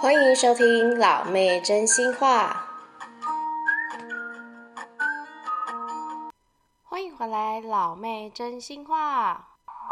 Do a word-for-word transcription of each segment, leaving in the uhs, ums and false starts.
欢迎收听老妹真心话。欢迎回来，老妹真心话。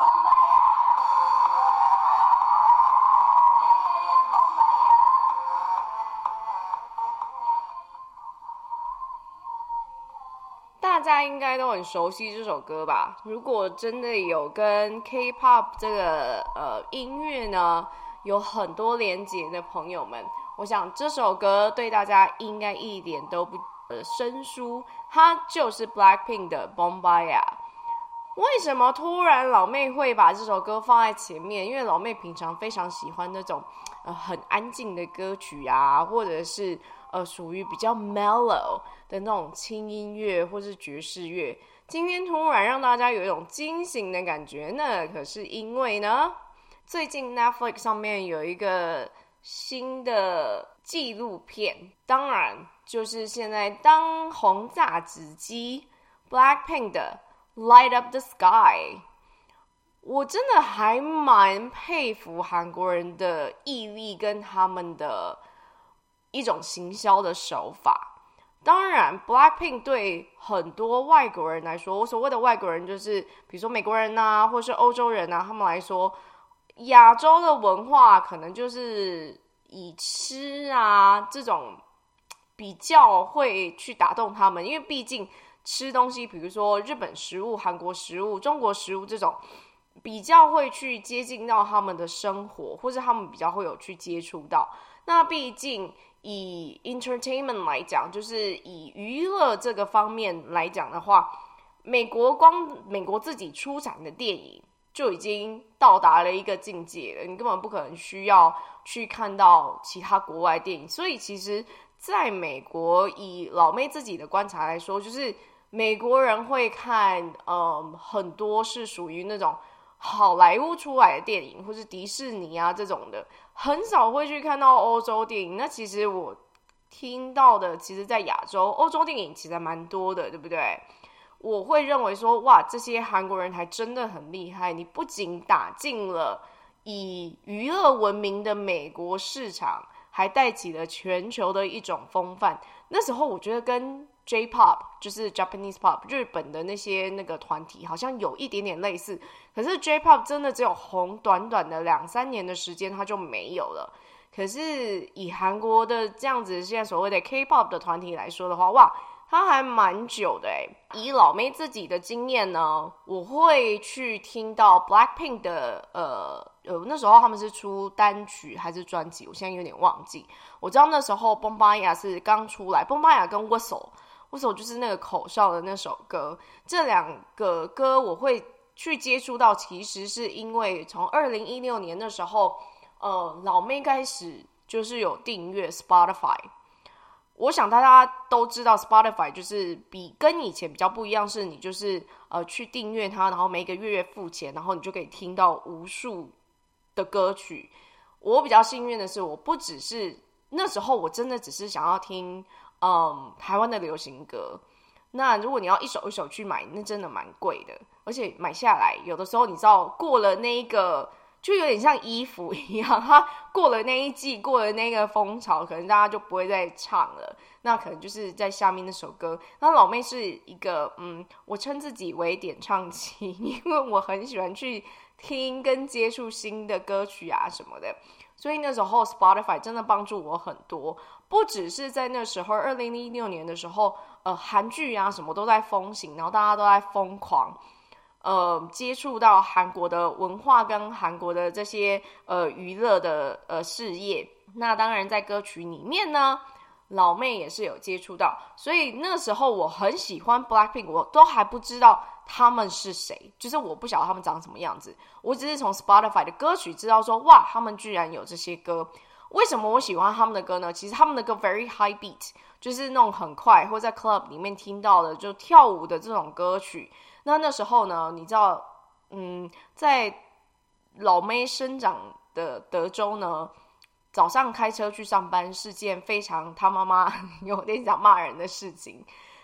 大家应该都很熟悉这首歌吧？如果真的有跟 K-pop 这个呃音乐呢有很多连结的朋友们，我想这首歌对大家应该一点都不呃生疏，它就是 Blackpink 的 Bombaya。为什么突然老妹会把这首歌放在前面？因为老妹平常非常喜欢那种呃很安静的歌曲啊，或者是呃属于比较 mellow 的那种轻音乐或是爵士乐。今天突然让大家有一种惊醒的感觉，那可是因为呢，最近 Netflix 上面有一个新的纪录片，当然就是现在当红炸子鸡 Blackpink 的 Light Up the Sky。 我真的还蛮佩服韩国人的毅力跟他们的一种行销的手法。当然 Blackpink 对很多外国人来说，我所谓的外国人就是比如说美国人啊或是欧洲人啊，他们来说亚洲的文化可能就是以吃啊这种比较会去打动他们，因为毕竟吃东西比如说日本食物、韩国食物、中国食物这种比较会去接近到他们的生活，或是他们比较会有去接触到。那毕竟以 entertainment 来讲，就是以娱乐这个方面来讲的话，美国光美国自己出产的电影就已经到达了一个境界了，你根本不可能需要去看到其他国外电影。所以其实在美国，以老妹自己的观察来说，就是美国人会看嗯很多是属于那种好莱坞出来的电影，或是迪士尼啊这种的，很少会去看到欧洲电影。那其实我听到的，其实在亚洲欧洲电影其实还蛮多的，对不对？我会认为说，哇，这些韩国人还真的很厉害，你不仅打进了以娱乐闻名的美国市场，还带起了全球的一种风范。那时候我觉得跟 J-pop 就是 Japanese pop 日本的那些那个团体好像有一点点类似，可是 J-pop 真的只有红短短的两三年的时间它就没有了。可是以韩国的这样子现在所谓的 K-pop 的团体来说的话，哇，它还蛮久的耶。以老妹自己的经验呢，我会去听到 Blackpink 的呃呃那时候他们是出单曲还是专辑，我现在有点忘记。我知道那时候 Bombaya 是刚出来， Bombaya 跟 Whistle Whistle 就是那个口哨的那首歌，这两个歌我会去接触到，其实是因为从二零一六年的时候呃老妹开始就是有订阅 Spotify。我想大家都知道 Spotify 就是比跟以前比较不一样，是你就是呃去订阅它，然后每个月月付钱，然后你就可以听到无数的歌曲。我比较幸运的是，我不只是那时候我真的只是想要听嗯台湾的流行歌，那如果你要一首一首去买，那真的蛮贵的，而且买下来有的时候你知道过了那一个就有点像衣服一样，它过了那一季，过了那个风潮，可能大家就不会再唱了，那可能就是在下面那首歌。那老妹是一个嗯，我称自己为点唱机，因为我很喜欢去听跟接触新的歌曲啊什么的，所以那时候 Spotify 真的帮助我很多。不只是在那时候二零一六年的时候呃，韩剧啊什么都在风行，然后大家都在疯狂呃，接触到韩国的文化跟韩国的这些呃娱乐的呃事业。那当然在歌曲里面呢，老妹也是有接触到，所以那时候我很喜欢 Blackpink， 我都还不知道他们是谁，就是我不晓得他们长什么样子，我只是从 Spotify 的歌曲知道说，哇，他们居然有这些歌。为什么我喜欢他们的歌呢？其实他们的歌 very high beat， 就是那种很快或在 club 里面听到的就跳舞的这种歌曲。那那时候呢，你知道嗯，在老妹生长的德州呢，早上开车去上班是件非常他妈妈有点想骂人的事情，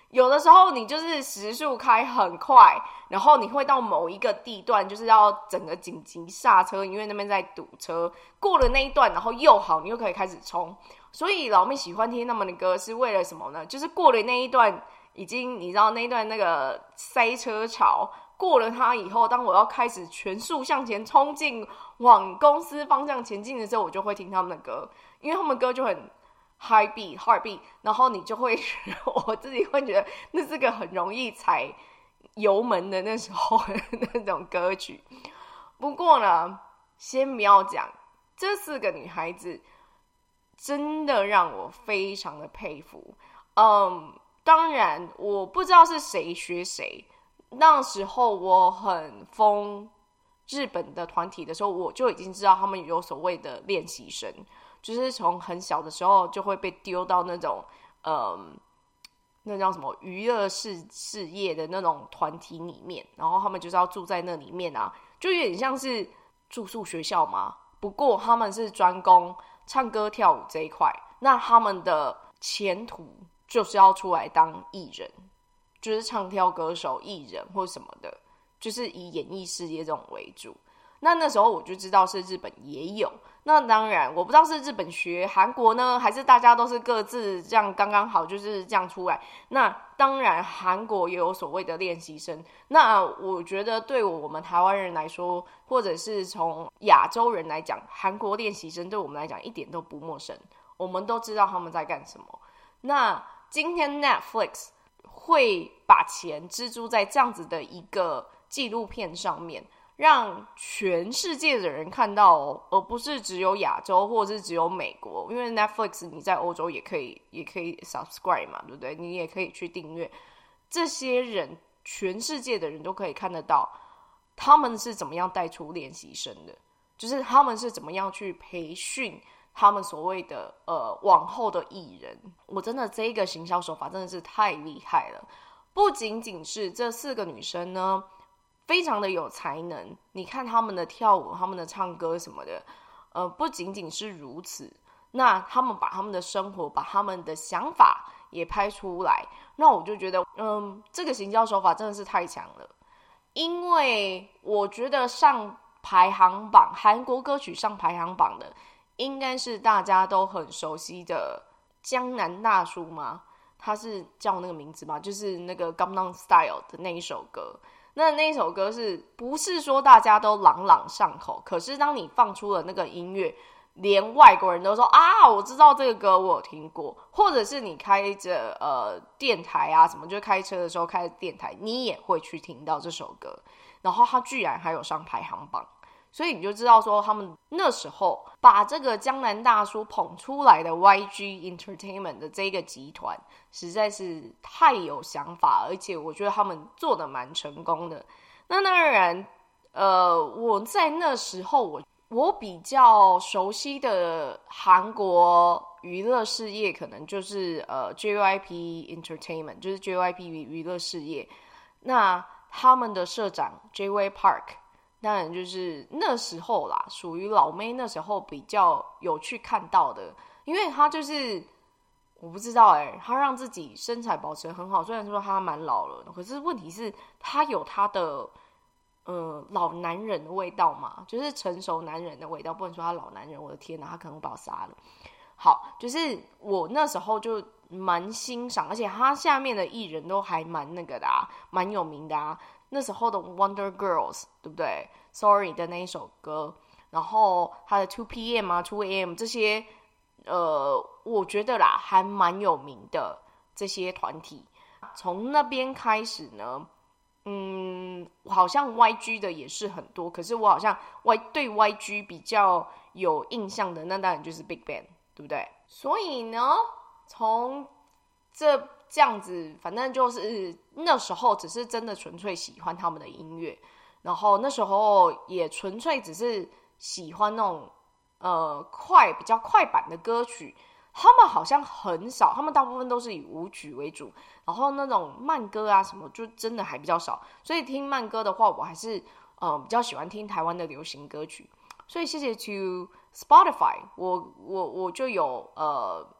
有的时候你就是时速开很快，然后你会到某一个地段，就是要整个紧急刹车，因为那边在堵车。过了那一段，然后又好，你又可以开始冲。所以老妹喜欢听他们的歌是为了什么呢？就是过了那一段，已经你知道那一段那个塞车潮，过了它以后，当我要开始全速向前冲进往公司方向前进的时候，我就会听他们的歌，因为他们的歌就很high beat heart beat， 然后你就会我自己会觉得那是个很容易踩油门的那时候的那种歌曲。不过呢，先不要讲，这四个女孩子真的让我非常的佩服。嗯，当然我不知道是谁学谁，那时候我很疯日本的团体的时候，我就已经知道他们有所谓的练习生，就是从很小的时候就会被丢到那种嗯，那叫什么娱乐事事业的那种团体里面，然后他们就是要住在那里面啊，就有点像是住宿学校嘛。不过他们是专攻唱歌跳舞这一块，那他们的前途就是要出来当艺人，就是唱跳歌手、艺人或什么的，就是以演艺事业这种为主。那那时候我就知道是日本也有，那当然我不知道是日本学韩国呢，还是大家都是各自这样刚刚好就是这样出来。那当然韩国也有所谓的练习生，那我觉得对我们台湾人来说，或者是从亚洲人来讲，韩国练习生对我们来讲一点都不陌生，我们都知道他们在干什么。那今天 Netflix 会把钱支出在这样子的一个纪录片上面，让全世界的人看到哦，而不是只有亚洲或者是只有美国。因为 Netflix 你在欧洲也可以也可以 subscribe 嘛，对不对？你也可以去订阅。这些人全世界的人都可以看得到他们是怎么样带出练习生的，就是他们是怎么样去培训他们所谓的呃往后的艺人。我真的这一个行销手法真的是太厉害了。不仅仅是这四个女生呢非常的有才能，你看他们的跳舞、他们的唱歌什么的，呃，不仅仅是如此，那他们把他们的生活、把他们的想法也拍出来，那我就觉得，嗯，这个行销手法真的是太强了。因为我觉得上排行榜，韩国歌曲上排行榜的，应该是大家都很熟悉的江南大叔吗？他是叫那个名字吗？就是那个 Gangnam Style 的那一首歌。那那一首歌是不是说大家都朗朗上口？可是当你放出了那个音乐，连外国人都说啊，我知道这个歌，我有听过。或者是你开着呃电台啊什么，就开车的时候开着电台，你也会去听到这首歌。然后它居然还有上排行榜，所以你就知道说他们那时候把这个江南大叔捧出来的 Y G Entertainment 的这个集团实在是太有想法，而且我觉得他们做的蛮成功的。那当然呃，我在那时候我我比较熟悉的韩国娱乐事业可能就是呃 J Y P Entertainment， 就是 J Y P 娱乐事业。那他们的社长 J Y Park当然就是那时候啦，属于老妹那时候比较有去看到的，因为他就是我不知道哎、欸，他让自己身材保持很好，虽然说他蛮老了，可是问题是他有他的呃老男人的味道嘛，就是成熟男人的味道，不能说他老男人，我的天哪，他可能会把我杀了。好，就是我那时候就蛮欣赏，而且他下面的艺人都还蛮那个的啊，蛮有名的啊。那时候的 Wonder Girls 对不对 ？Sorry 的那一首歌，然后他的 two P M 啊 two A M 这些，呃，我觉得啦还蛮有名的这些团体。从那边开始呢，嗯，好像 Y G 的也是很多，可是我好像 Y 对 Y G 比较有印象的，那当然就是 Big Bang， 对不对？所以呢，从这这样子，反正就是那时候只是真的纯粹喜欢他们的音乐，然后那时候也纯粹只是喜欢那种呃快比较快板的歌曲。他们好像很少，他们大部分都是以舞曲为主，然后那种慢歌啊什么就真的还比较少。所以听慢歌的话，我还是呃比较喜欢听台湾的流行歌曲。所以谢谢 to Spotify， 我我我就有呃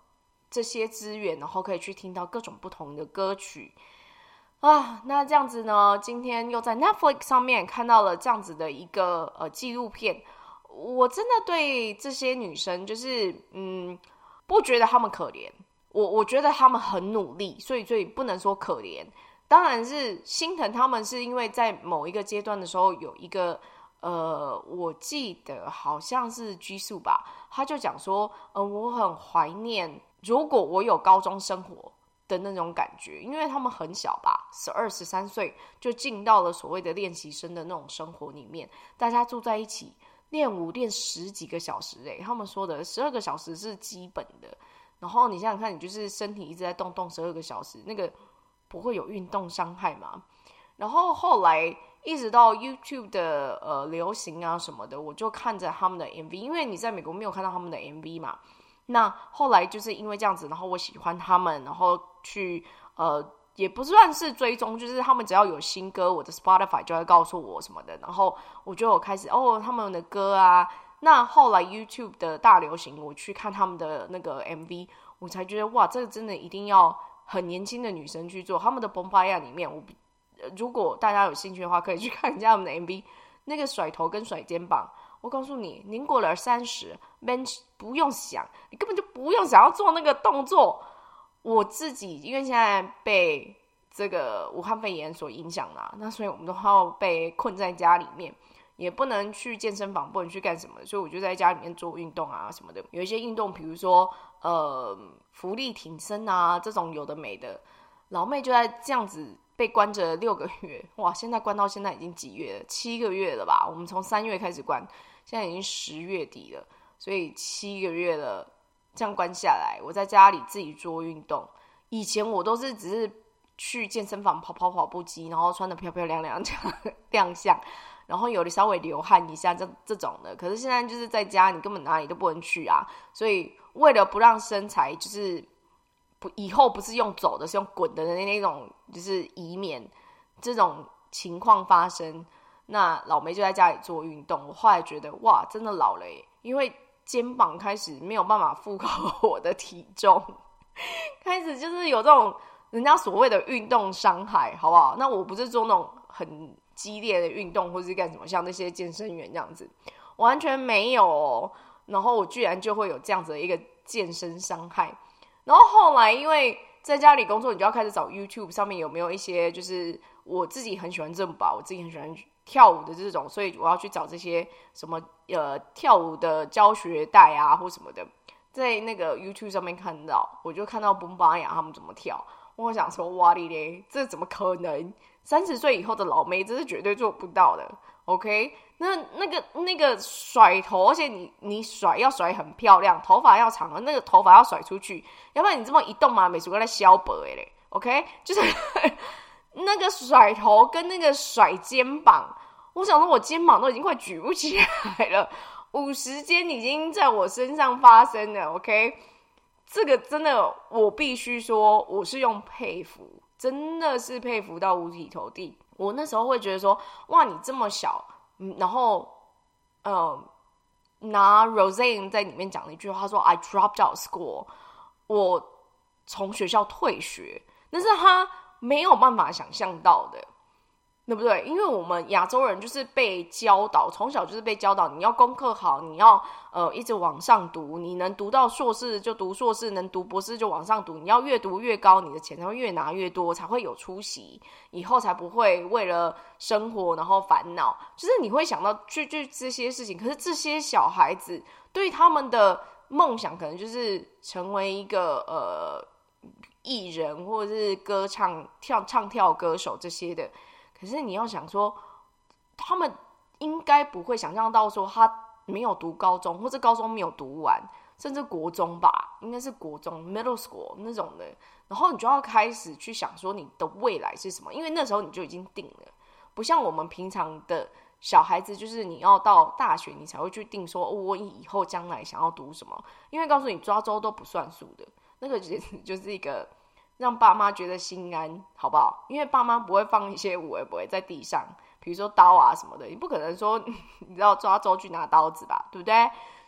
这些资源，然后可以去听到各种不同的歌曲啊。那这样子呢，今天又在 Netflix 上面看到了这样子的一个呃纪录片，我真的对这些女生就是嗯，不觉得她们可怜，我我觉得她们很努力，所以所以不能说可怜，当然是心疼她们，是因为在某一个阶段的时候有一个呃，我记得好像是居宿吧，他就讲说，呃，我很怀念如果我有高中生活的那种感觉，因为他们很小吧，十二十三岁就进到了所谓的练习生的那种生活里面，大家住在一起练舞练十几个小时，诶，他们说的十二个小时是基本的，然后你想想看，你就是身体一直在动动十二个小时，那个不会有运动伤害吗？然后后来一直到 YouTube 的呃流行啊什么的，我就看着他们的 M V， 因为你在美国没有看到他们的 M V 嘛。那后来就是因为这样子，然后我喜欢他们，然后去呃也不算是追踪，就是他们只要有新歌，我的 Spotify 就会告诉我什么的，然后我就有开始哦他们的歌啊。那后来 YouTube 的大流行，我去看他们的那个 M V， 我才觉得哇，这个真的一定要很年轻的女生去做。他们的 Bombaya 里面，我如果大家有兴趣的话，可以去看一下他们的 M V， 那个甩头跟甩肩膀，我告诉你，您过了三十 bench 不用想，你根本就不用想要做那个动作。我自己因为现在被这个武汉肺炎所影响啦，那所以我们都要被困在家里面，也不能去健身房，不能去干什么，所以我就在家里面做运动啊什么的。有一些运动，比如说呃浮力挺身啊这种有的没的，老妹就在这样子被关着六个月，哇！现在关到现在已经几月了？七个月了吧？我们从三月开始关，现在已经十月底了，所以七个月了，这样关下来，我在家里自己做运动。以前我都是只是去健身房跑跑跑步机，然后穿得漂漂亮亮这样亮相，然后有的稍微流汗一下这这种的。可是现在就是在家，你根本哪里都不能去啊。所以为了不让身材就是不以后不是用走的，是用滚的那种，就是以免这种情况发生，那老梅就在家里做运动。我后来觉得哇，真的老了耶，因为肩膀开始没有办法负荷我的体重，开始就是有这种人家所谓的运动伤害，好不好？那我不是做那种很激烈的运动，或是干什么，像那些健身员这样子，完全没有哦。然后我居然就会有这样子的一个健身伤害。然后后来因为在家里工作，你就要开始找 YouTube 上面有没有一些就是我自己很喜欢正吧，我自己很喜欢跳舞的这种，所以我要去找这些什么呃跳舞的教学带啊或什么的，在那个 YouTube 上面看到，我就看到 Bombaya 他们怎么跳，我想说哇哩嘞，这怎么可能？三十岁以后的老妹，这是绝对做不到的。OK， 那那个那个甩头，而且你你甩要甩很漂亮，头发要长，那个头发要甩出去，要不然你这么一动嘛，美术哥在消薄哎嘞。OK， 就是那个甩头跟那个甩肩膀，我想说我肩膀都已经快举不起来了，五十肩已经在我身上发生了。OK， 这个真的我必须说，我是用佩服，真的是佩服到五体投地。我那时候会觉得说，哇，你这么小，嗯，然后，呃，拿 Roseanne 在里面讲了一句话，他说 I dropped out of school， 我从学校退学，那是他没有办法想象到的，对不对？因为我们亚洲人就是被教导，从小就是被教导，你要功课好，你要呃一直往上读，你能读到硕士就读硕士，能读博士就往上读，你要越读越高，你的钱才会越拿越多，才会有出息，以后才不会为了生活然后烦恼，就是你会想到去去这些事情。可是这些小孩子对他们的梦想可能就是成为一个呃艺人或者是歌唱跳唱跳歌手这些的。可是你要想说，他们应该不会想象到说他没有读高中，或者高中没有读完，甚至国中吧，应该是国中 middle school 那种的。然后你就要开始去想说你的未来是什么，因为那时候你就已经定了，不像我们平常的小孩子，就是你要到大学你才会去定说、哦、我以后将来想要读什么。因为告诉你抓周都不算数的，那个简直就是一个让爸妈觉得心安，好不好？因为爸妈不会放一些无为不会在地上，比如说刀啊什么的，你不可能说你知道抓周去拿刀子吧，对不对？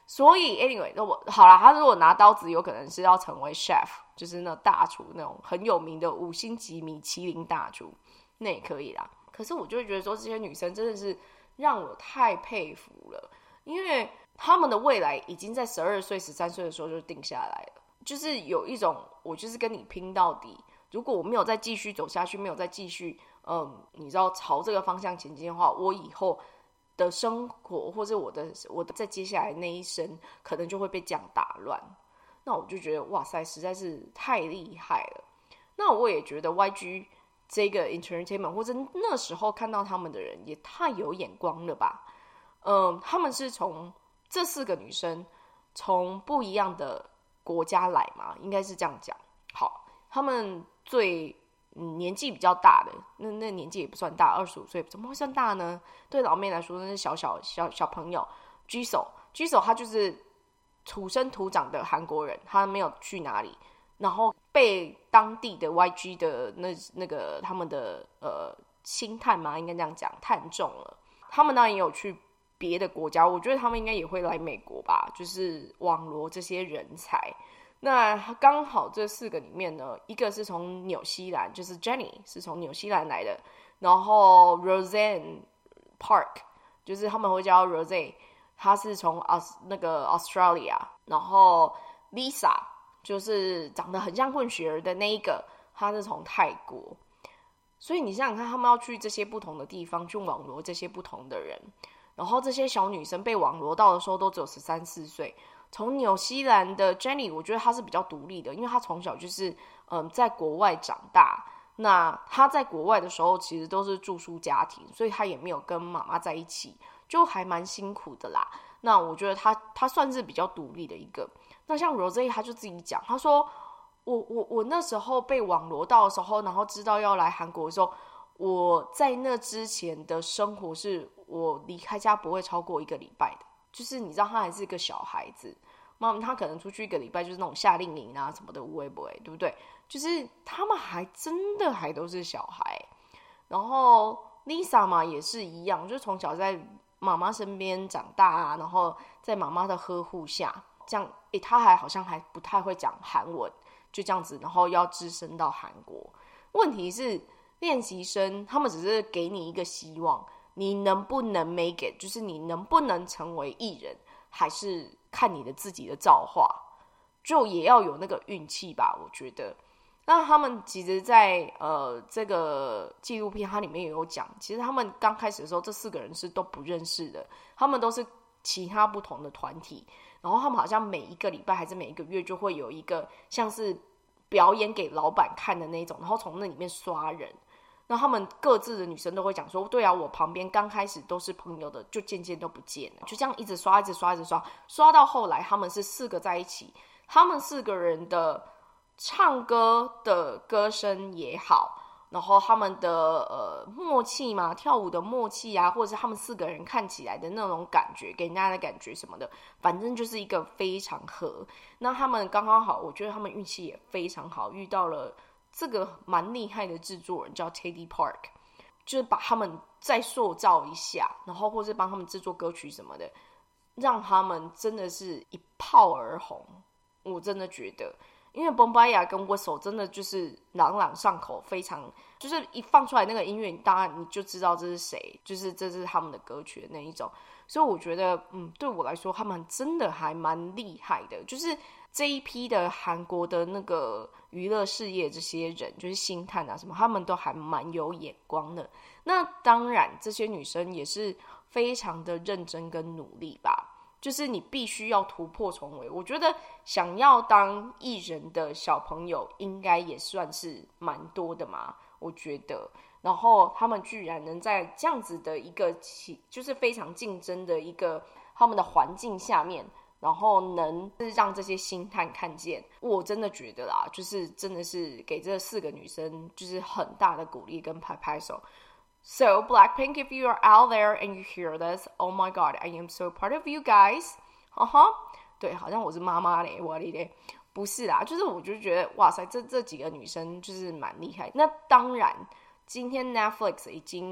所以 anyway 我好啦，他如果拿刀子有可能是要成为 chef， 就是那大厨，那种很有名的五星级米其林大厨，那也可以啦。可是我就会觉得说这些女生真的是让我太佩服了，因为他们的未来已经在十二岁十三岁的时候就定下来了，就是有一种我就是跟你拼到底，如果我没有再继续走下去，没有再继续嗯，你知道朝这个方向前进的话，我以后的生活或者我的我的在接下来那一生可能就会被这样打乱。那我就觉得哇塞，实在是太厉害了。那我也觉得 Y G 这个 entertainment 或者那时候看到他们的人也太有眼光了吧。嗯，他们是从这四个女生从不一样的国家来嘛，应该是这样讲。好，他们最、嗯、年纪比较大的，那那年纪也不算大，二十五岁怎么会算大呢？对老妹来说那是小小小小朋友。Jisoo，Jisoo 他就是土生土长的韩国人，他没有去哪里，然后被当地的 Y G 的那那个他们的呃星探嘛，应该这样讲，探中了。他们当然也有去别的国家，我觉得他们应该也会来美国吧，就是网罗这些人才。那刚好这四个里面呢，一个是从纽西兰，就是 Jennie 是从纽西兰来的，然后 Roseanne Park 就是他们会叫 Rose， 她是从那个 Australia， 然后 Lisa 就是长得很像混血儿的那一个，她是从泰国。所以你想想看，他们要去这些不同的地方去网罗这些不同的人，然后这些小女生被网罗到的时候都只有十三四岁。从纽西兰的 Jennie， 我觉得她是比较独立的，因为她从小就是嗯在国外长大。那她在国外的时候其实都是住宿家庭，所以她也没有跟妈妈在一起，就还蛮辛苦的啦。那我觉得她她算是比较独立的一个。那像 Rose 她就自己讲，她说我我我那时候被网罗到的时候，然后知道要来韩国的时候，我在那之前的生活是我离开家不会超过一个礼拜的。就是你知道他还是一个小孩子，妈妈他可能出去一个礼拜就是那种夏令营啊什么的，会不会对不对？就是他们还真的还都是小孩。然后 Lisa 嘛也是一样，就是从小在妈妈身边长大啊，然后在妈妈的呵护下，这样诶，他还好像还不太会讲韩文，就这样子，然后要只身到韩国。问题是练习生他们只是给你一个希望，你能不能 make it， 就是你能不能成为艺人，还是看你的自己的造化，就也要有那个运气吧，我觉得。那他们其实在呃这个纪录片它里面也有讲，其实他们刚开始的时候这四个人是都不认识的，他们都是其他不同的团体，然后他们好像每一个礼拜还是每一个月就会有一个像是表演给老板看的那种，然后从那里面刷人。那他们各自的女生都会讲说，对啊，我旁边刚开始都是朋友的，就渐渐都不见了，就这样一直刷一直刷一直刷，刷到后来他们是四个在一起，他们四个人的唱歌的歌声也好，然后他们的呃默契嘛，跳舞的默契啊，或者是他们四个人看起来的那种感觉，给人家的感觉什么的，反正就是一个非常合。那他们刚刚好，我觉得他们运气也非常好，遇到了这个蛮厉害的制作人叫 Teddy Park， 就是把他们再塑造一下，然后或是帮他们制作歌曲什么的，让他们真的是一炮而红。我真的觉得因为 Bombaya 跟 Whistle 真的就是朗朗上口，非常就是一放出来那个音乐，当然你就知道这是谁，就是这是他们的歌曲的那一种。所以我觉得嗯，对我来说他们真的还蛮厉害的，就是这一批的韩国的那个娱乐事业这些人，就是星探啊什么，他们都还蛮有眼光的。那当然这些女生也是非常的认真跟努力吧，就是你必须要突破重围。我觉得想要当艺人的小朋友应该也算是蛮多的嘛，我觉得。然后他们居然能在这样子的一个就是非常竞争的一个他们的环境下面，然后能让这些星探看见，我真的觉得啦，就是真的是给这四个女生就是很大的鼓励跟拍拍手。So Blackpink, if you are out there and you hear this, oh my god, I am so proud of you guys. 哈哈，对，好像我是妈妈嘞，我的嘞，不是啦，就是我就觉得哇塞，这这几个女生就是蛮厉害。那当然，今天 Netflix 已经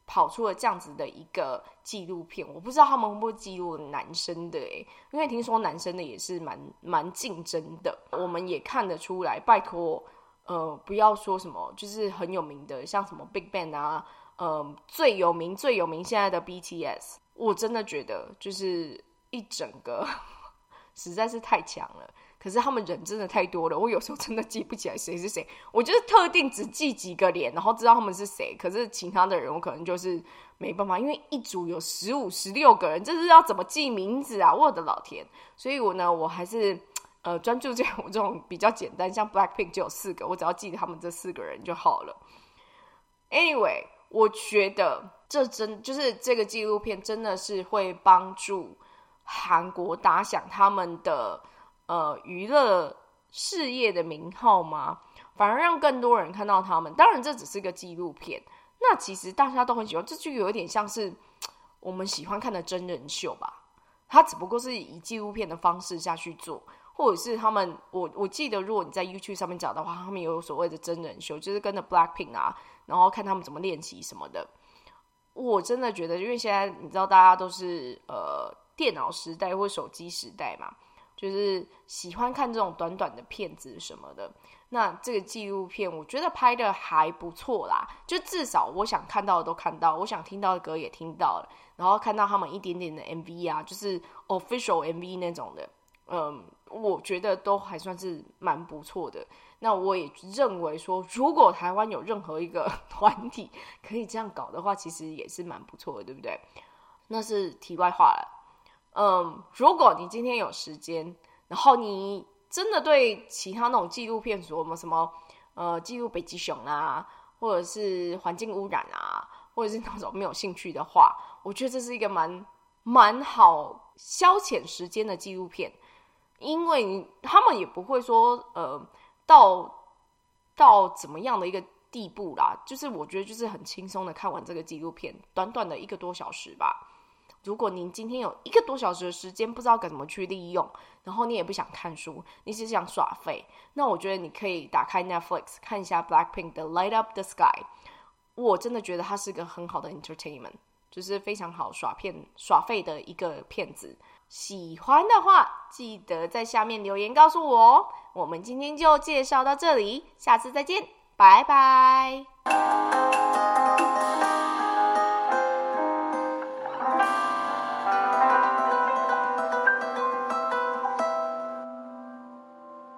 跑出了这样子的一个纪录片。我不知道他们会不会记录男生的耶，因为听说男生的也是蛮蛮竞争的。我们也看得出来，拜托呃不要说什么就是很有名的像什么 Big Bang 啊，呃最有名最有名现在的 B T S， 我真的觉得就是一整个实在是太强了，可是他们人真的太多了，我有时候真的记不起来谁是谁，我就是特定只记几个脸，然后知道他们是谁，可是其他的人我可能就是没办法，因为一组有十五、十六个人，这是要怎么记名字啊？我的老天！所以我呢，我还是呃专注在我这种比较简单，像 Blackpink 就有四个，我只要记得他们这四个人就好了。Anyway， 我觉得这真就是这个纪录片真的是会帮助韩国打响他们的呃娱乐事业的名号吗？反而让更多人看到他们。当然这只是个纪录片，那其实大家都很喜欢，这就有点像是我们喜欢看的真人秀吧，它只不过是以纪录片的方式下去做，或者是他们我我记得如果你在 YouTube 上面找的话，他们有所谓的真人秀，就是跟着 Blackpink 啊，然后看他们怎么练习什么的。我真的觉得因为现在你知道大家都是呃电脑时代或手机时代嘛，就是喜欢看这种短短的片子什么的，那这个纪录片我觉得拍的还不错啦，就至少我想看到的都看到，我想听到的歌也听到了，然后看到他们一点点的 M V 啊，就是 official M V 那种的，嗯，我觉得都还算是蛮不错的。那我也认为说，如果台湾有任何一个团体可以这样搞的话，其实也是蛮不错的，对不对？那是题外话了。嗯，如果你今天有时间，然后你真的对其他那种纪录片，什么什么呃记录北极熊啊，或者是环境污染啊，或者是那种没有兴趣的话，我觉得这是一个蛮蛮好消遣时间的纪录片，因为你他们也不会说呃到到怎么样的一个地步啦，就是我觉得就是很轻松的看完这个纪录片，短短的一个多小时吧。如果您今天有一个多小时的时间，不知道该怎么去利用，然后你也不想看书，你只想耍废，那我觉得你可以打开 Netflix 看一下 Blackpink 的 Light Up the Sky。 我真的觉得它是个很好的 entertainment， 就是非常好耍片耍废的一个片子。喜欢的话记得在下面留言告诉我哦。我们今天就介绍到这里，下次再见，拜拜。